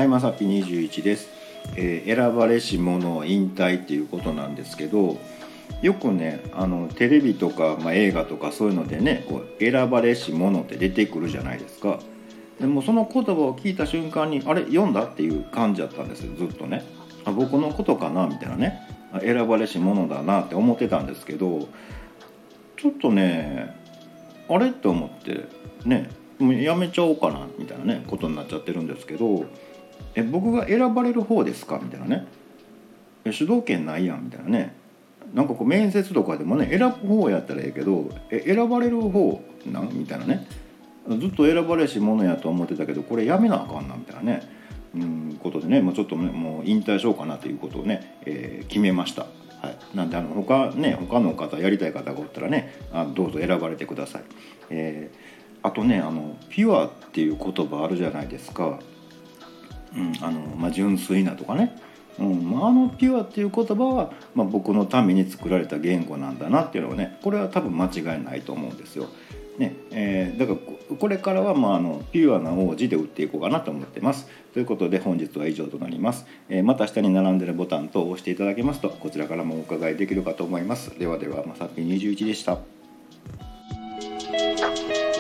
はい、まさぴ21です。選ばれし者引退っていうことなんですけど、よくねテレビとか、映画とかそういうのでねこう選ばれし者って出てくるじゃないですか。でもその言葉を聞いた瞬間にあれ読んだっていう感じだったんですよ、ずっとね。僕のことかなみたいなね、選ばれし者だなって思ってたんですけど、ちょっとねあれって思ってね、もうやめちゃおうかなみたいなねことになっちゃってるんですけど、僕が選ばれる方ですかみたいなね、主導権ないやんみたいなね。なんかこう面接とかでもね選ぶ方やったらええけど選ばれる方なんみたいなね、ずっと選ばれし者やと思ってたけどこれやめなあかんなみたいなねことでね、もうちょっとねもう引退しようかなということをね、決めました。はい、なんで他の方やりたい方がおったらねどうぞ選ばれてください。あとねピュアっていう言葉あるじゃないですか。純粋なとかね、ピュアっていう言葉は、僕のために作られた言語なんだなっていうのはね、これは多分間違いないと思うんですよ。ねだからこれからは、ピュアな王子で打っていこうかなと思ってます。ということで本日は以上となります。また下に並んでるボタンと押していただけますとこちらからもお伺いできるかと思います。ではではまさぴ21でした。